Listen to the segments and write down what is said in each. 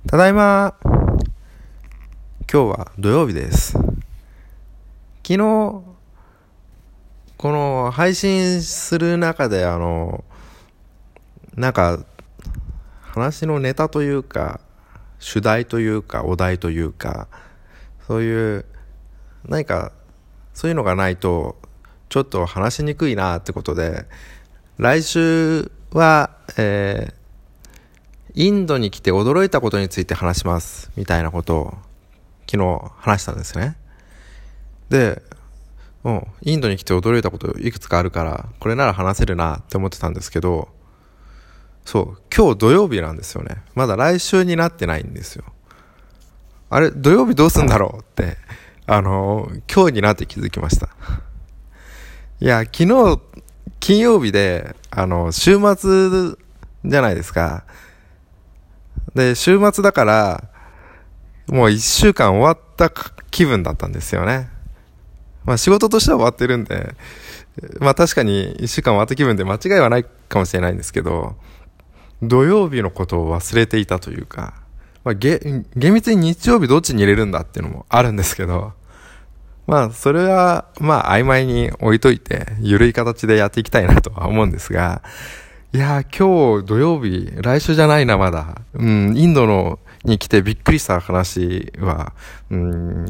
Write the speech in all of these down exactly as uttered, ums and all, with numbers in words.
ただいま。今日は土曜日です。昨日この配信する中であのなんか話のネタというか主題というかお題というかそういう何かそういうのがないとちょっと話しにくいなってことで、来週は、えー、インドに来て驚いたことについて話しますみたいなことを昨日話したんですね。で、もうインドに来て驚いたこといくつかあるからこれなら話せるなって思ってたんですけど、そう今日土曜日なんですよね。まだ来週になってないんですよ。あれ土曜日どうすんだろうってあの今日になって気づきました。いや昨日金曜日であの週末じゃないですか。で週末だからもう一週間終わった気分だったんですよね。まあ仕事としては終わってるんで、まあ確かに一週間終わった気分で間違いはないかもしれないんですけど、土曜日のことを忘れていたというか、まあげ厳密に日曜日どっちに入れるんだっていうのもあるんですけど、まあそれはまあ曖昧に置いといて緩い形でやっていきたいなとは思うんですが、いや今日土曜日、来週じゃないなまだ、うん、インドのに来てびっくりした話は、うん、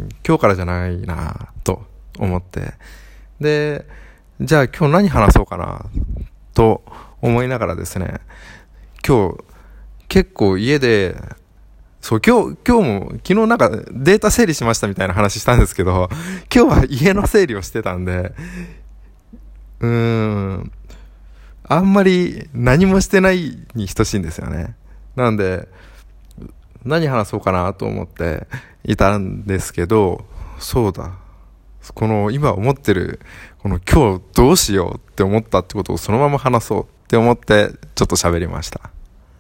今日からじゃないなと思って、でじゃあ今日何話そうかなと思いながらですね、今日結構家でそう今日今日も昨日なんかデータ整理しましたみたいな話したんですけど、今日は家の整理をしてたんで、うーんあんまり何もしてないに等しいんですよね。なんで何話そうかなと思っていたんですけど、そうだ、この今思ってるこの今日どうしようって思ったってことをそのまま話そうって思ってちょっと喋りました。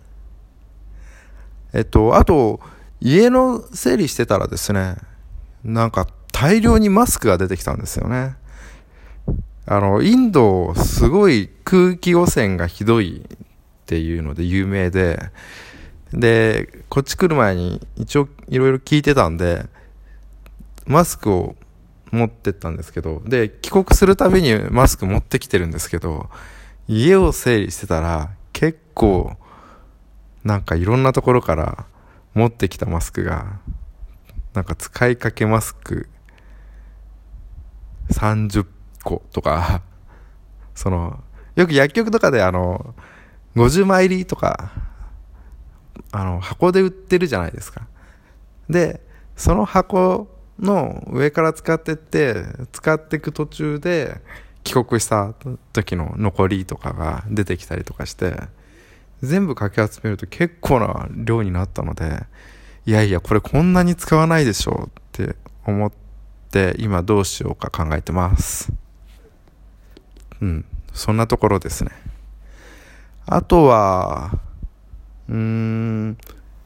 えっとあと家の整理してたらですね、なんか大量にマスクが出てきたんですよね。あのインドすごい空気汚染がひどいっていうので有名で、でこっち来る前に一応いろいろ聞いてたんでマスクを持ってったんですけど、で帰国するたびにマスク持ってきてるんですけど、家を整理してたら結構なんかいろんなところから持ってきたマスクがなんか使いかけマスクさんじゅっことかそのよく薬局とかであのごじゅうまい入りとかあの箱で売ってるじゃないですか。でその箱の上から使ってって使っていく途中で帰国した時の残りとかが出てきたりとかして全部かき集めると結構な量になったので、いやいやこれこんなに使わないでしょうって思って今どうしようか考えてます。うんそんなところですね。あとはうーん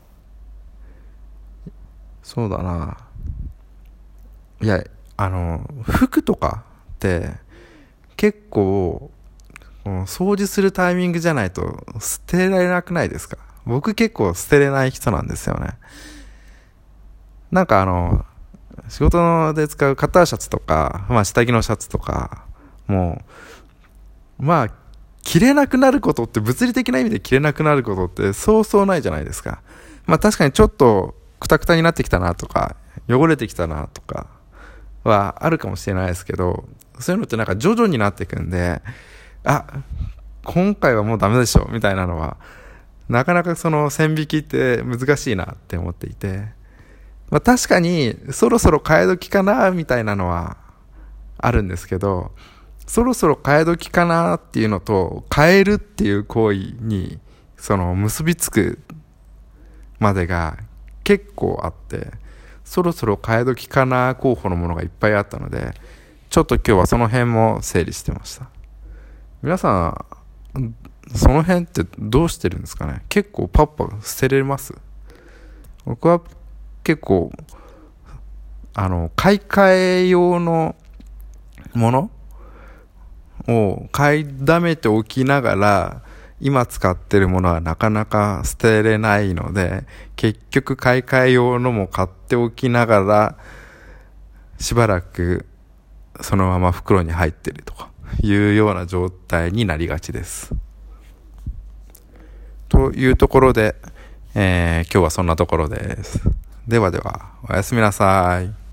そうだな、いやあの服とかって結構掃除するタイミングじゃないと捨てられなくないですか？僕結構捨てれない人なんですよね。なんかあの仕事で使うカターシャツとか、まあ下着のシャツとかもうまあ着れなくなることって物理的な意味で着れなくなることってそうそうないじゃないですか。まあ確かにちょっとクタクタになってきたなとか汚れてきたなとかはあるかもしれないですけど、そういうのってなんか徐々になっていくんで、あ今回はもうダメでしょみたいなのはなかなかその線引きって難しいなって思っていて、まあ確かにそろそろ替え時かなみたいなのはあるんですけど、そろそろ替え時かなっていうのと変えるっていう行為にその結びつくまでが結構あって、そろそろ替え時かな候補のものがいっぱいあったので、ちょっと今日はその辺も整理してました。皆さんその辺ってどうしてるんですかね？結構パッパ捨てれます？僕は結構あの買い替え用のものを買いだめておきながら今使ってるものはなかなか捨てれないので、結局買い替え用のも買っておきながらしばらくそのまま袋に入ってるとかいうような状態になりがちです。というところで、えー、今日はそんなところです。ではでは、おやすみなさい。